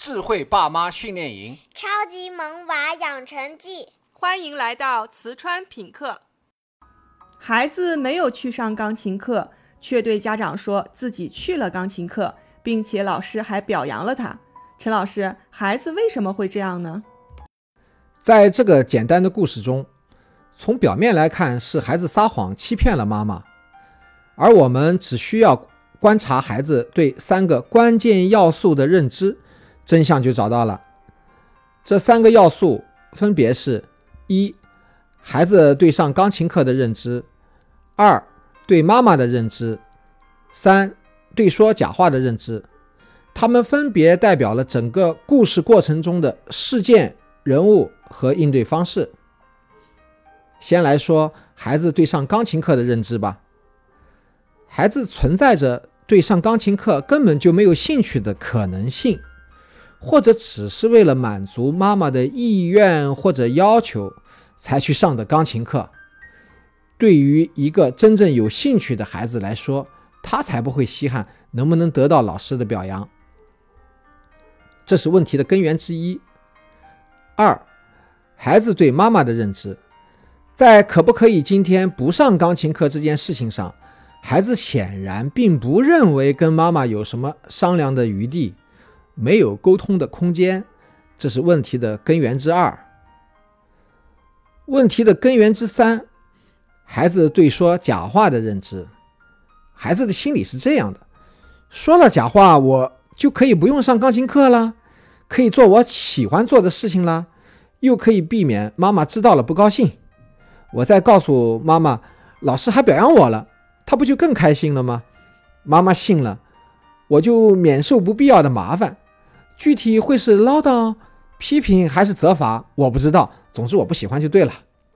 智慧爸妈训练营， 超级萌娃养成记。 欢迎来到瓷川品课。孩子没有去上钢琴课，却对家长说自己去了钢琴课，并且老师还表扬了他。陈老师，孩子为什么会这样呢？ 在这个简单的故事中，从表面来看是孩子撒谎欺骗了妈妈，而我们只需要观察孩子对3个关键要素的认知，真相就找到了。这3个要素分别是：1. 孩子对上钢琴课的认知； 2. 对妈妈的认知； 3. 对说假话的认知。它们分别代表了整个故事过程中的事件、人物和应对方式。先来说孩子对上钢琴课的认知吧。孩子存在着对上钢琴课根本就没有兴趣的可能性，或者只是为了满足妈妈的意愿或者要求才去上的钢琴课。对于一个真正有兴趣的孩子来说，他才不会稀罕能不能得到老师的表扬。这是问题的根源之一。2. 孩子对妈妈的认知。在可不可以今天不上钢琴课这件事情上，孩子显然并不认为跟妈妈有什么商量的余地，没有沟通的空间，这是问题的根源之2。问题的根源之3，孩子对说假话的认知。孩子的心理是这样的：说了假话，我就可以不用上钢琴课了，可以做我喜欢做的事情了，又可以避免妈妈知道了不高兴。我再告诉妈妈，老师还表扬我了，她不就更开心了吗？妈妈信了，我就免受不必要的麻烦。具体会是唠叨、批评还是责罚，我不知道，总之我不喜欢就对了。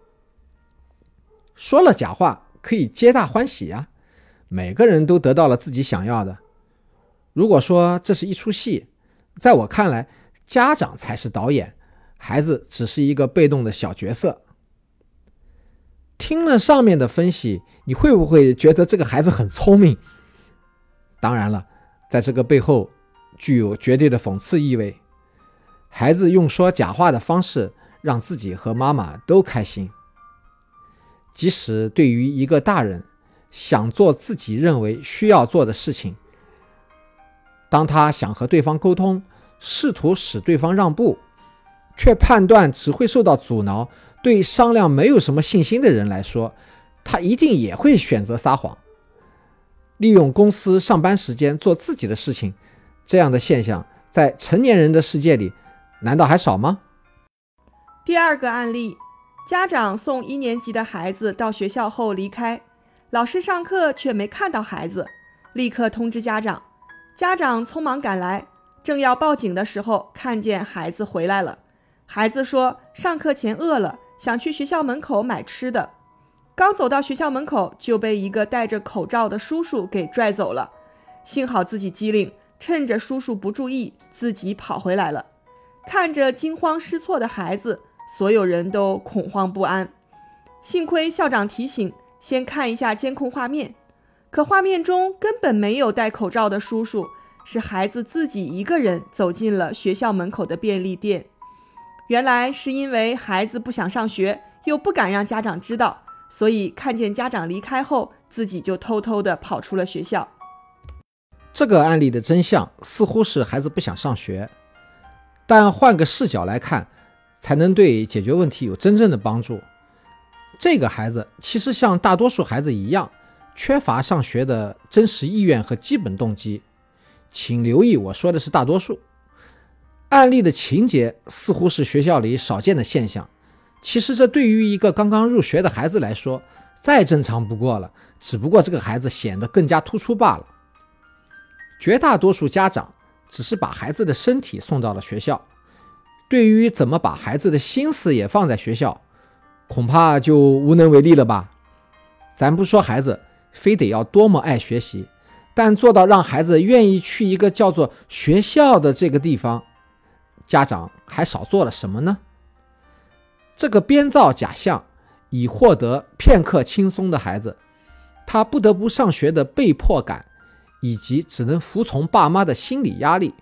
说了假话可以皆大欢喜啊，每个人都得到了自己想要的。如果说这是一出戏，在我看来，家长才是导演，孩子只是一个被动的小角色。听了上面的分析，你会不会觉得这个孩子很聪明？当然了，在这个背后具有绝对的讽刺意味。孩子用说假话的方式让自己和妈妈都开心。即使对于一个大人想做自己认为需要做的事情，当他想和对方沟通，试图使对方让步，却判断只会受到阻挠，对商量没有什么信心的人来说，他一定也会选择撒谎，利用公司上班时间做自己的事情。这样的现象在成年人的世界里难道还少吗？ 第2个案例，家长送1年级的孩子到学校后离开，老师上课却没看到孩子，立刻通知家长。家长匆忙赶来，正要报警的时候，看见孩子回来了。孩子说上课前饿了，想去学校门口买吃的。刚走到学校门口，就被一个戴着口罩的叔叔给拽走了。幸好自己机灵，趁着叔叔不注意，自己跑回来了。看着惊慌失措的孩子，所有人都恐慌不安。幸亏校长提醒，先看一下监控画面。可画面中根本没有戴口罩的叔叔，是孩子自己一个人走进了学校门口的便利店。原来是因为孩子不想上学，又不敢让家长知道，所以看见家长离开后，自己就偷偷地跑出了学校。 这个案例的真相似乎是孩子不想上学，但换个视角来看，才能对解决问题有真正的帮助。这个孩子其实像大多数孩子一样，缺乏上学的真实意愿和基本动机。请留意，我说的是大多数。案例的情节似乎是学校里少见的现象，其实这对于一个刚刚入学的孩子来说再正常不过了，只不过这个孩子显得更加突出罢了。绝大多数家长只是把孩子的身体送到了学校，对于怎么把孩子的心思也放在学校，恐怕就无能为力了吧。咱不说孩子非得要多么爱学习，但做到让孩子愿意去一个叫做学校的这个地方，家长还少做了什么呢？这个编造假象以获得片刻轻松的孩子，他不得不上学的被迫感，以及只能服从爸妈的心理压力，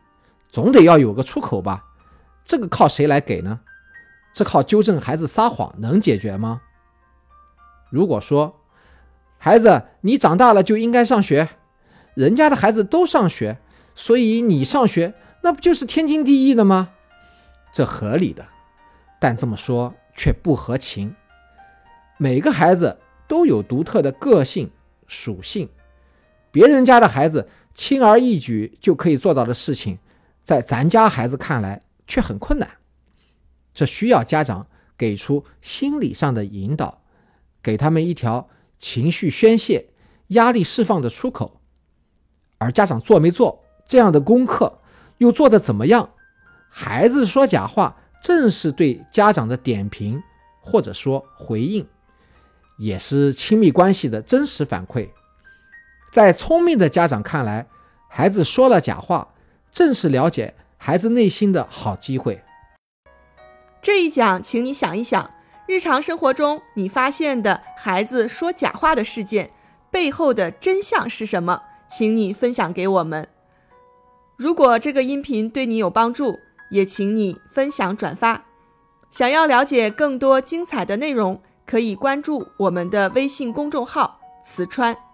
总得要有个出口吧？这个靠谁来给呢？这靠纠正孩子撒谎能解决吗？如果说，孩子，你长大了就应该上学，人家的孩子都上学，所以你上学，那不就是天经地义的吗？这合理的，但这么说却不合情。每个孩子都有独特的个性属性，别人家的孩子轻而易举就可以做到的事情，在咱家孩子看来却很困难。这需要家长给出心理上的引导，给他们一条情绪宣泄、压力释放的出口。而家长做没做这样的功课，又做得怎么样？孩子说假话，正是对家长的点评或者说回应，也是亲密关系的真实反馈。在聪明的家长看来，孩子说了假话，正是了解孩子内心的好机会。 这一讲，请你想一想，日常生活中你发现的孩子说假话的事件背后的真相是什么？请你分享给我们。如果这个音频对你有帮助，也请你分享转发。想要了解更多精彩的内容，可以关注我们的微信公众号“瓷川”。